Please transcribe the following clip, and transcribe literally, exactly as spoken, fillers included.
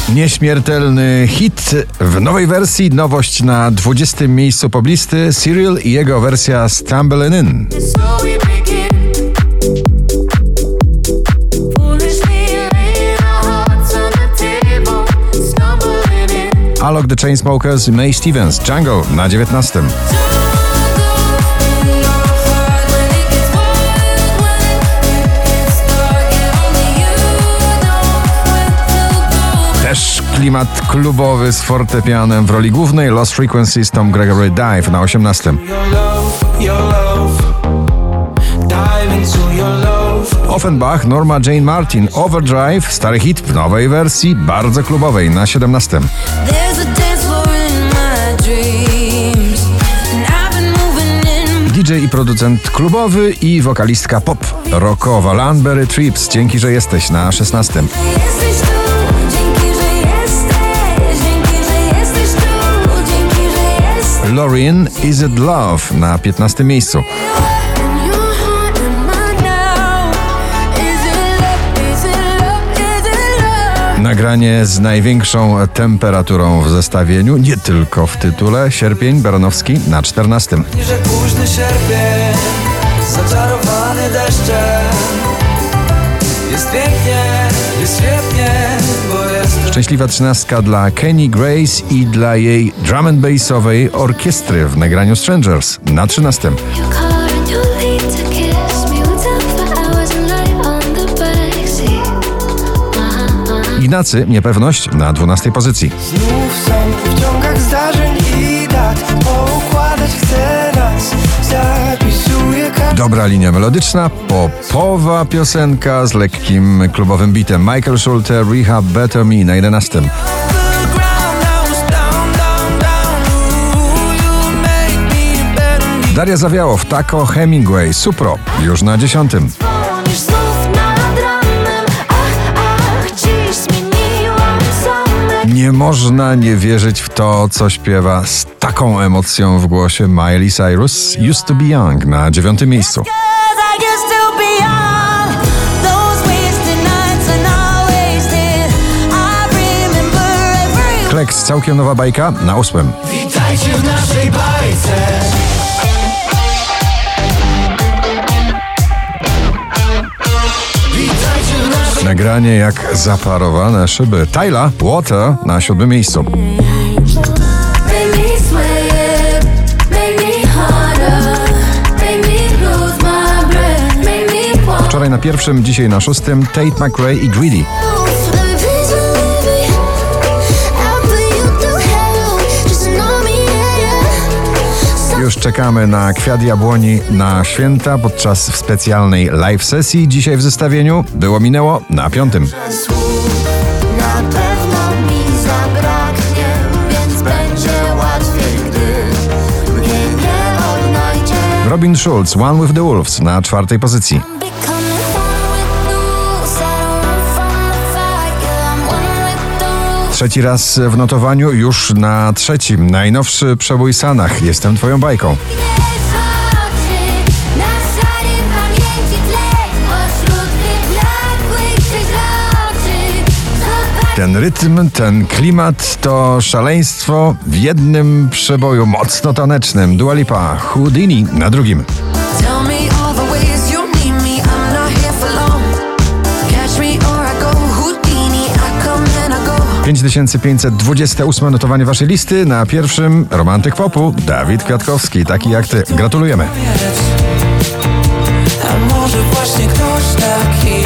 Nieśmiertelny hit w nowej wersji, nowość na dwudziestym miejscu poblisty, Cyril i jego wersja Stumbling In. Alok The Chainsmokers, Mae Stevens, Jungle na dziewiętnastym. Też klimat klubowy z fortepianem w roli głównej, Lost Frequencies, Tom Gregory, Dive na osiemnastym. Offenbach, Norma Jane Martin, Overdrive, stary hit w nowej wersji, bardzo klubowej na siedemnastym. D J i producent klubowy i wokalistka pop rockowa Lanbury Trips, Dzięki, że jesteś na szesnastym. Loreen, Is It Love na piętnastym miejscu. Nagranie z największą temperaturą w zestawieniu, nie tylko w tytule, Sierpień, Baranowski na czternastym. Że późny sierpień, zaczarowany deszczem. Jest pięknie, jest świetnie, bo jest... Szczęśliwa trzynastka dla Kenny Grace i dla jej drum and bassowej orkiestry w nagraniu Strangers na trzynastym. Ignacy, Niepewność na dwunastej pozycji. Znów są w ciągach zdarzeń i dat, poukładać chcę nas, zapisuję każdy... Dobra linia melodyczna, popowa piosenka z lekkim klubowym bitem. Michael Schulte, Rehab, Better Me na jedenastym. Daria Zawiałow, Taco, Hemingway, Supro już na dziesiątym. Nie można nie wierzyć w to, co śpiewa z taką emocją w głosie Miley Cyrus, Used to be Young na dziewiątym miejscu. Kleks, Całkiem nowa bajka na ósmym. Witajcie w naszej bajce. Nagranie jak zaparowane szyby. Tyla, Water na siódmym miejscu. Wczoraj na pierwszym, dzisiaj na szóstym, Tate McRae i Greedy. Już czekamy na Kwiat Jabłoni na święta podczas specjalnej live sesji. Dzisiaj w zestawieniu było minęło na piątym. Na pewno mi zabraknie, więc będzie łatwiej, gdy mnie nie odnajdzie. Robin Schulz, One with the Wolves na czwartej pozycji. Trzeci raz w notowaniu, już na trzecim. Najnowszy przebój Sanach, Jestem twoją bajką. Ten rytm, ten klimat to szaleństwo w jednym przeboju mocno tanecznym. Dua Lipa, Houdini na drugim. pięć tysięcy pięćset dwadzieścia osiem notowanie waszej listy. Na pierwszym romantyk popu Dawid Kwiatkowski, taki jak ty. Gratulujemy. A może właśnie ktoś taki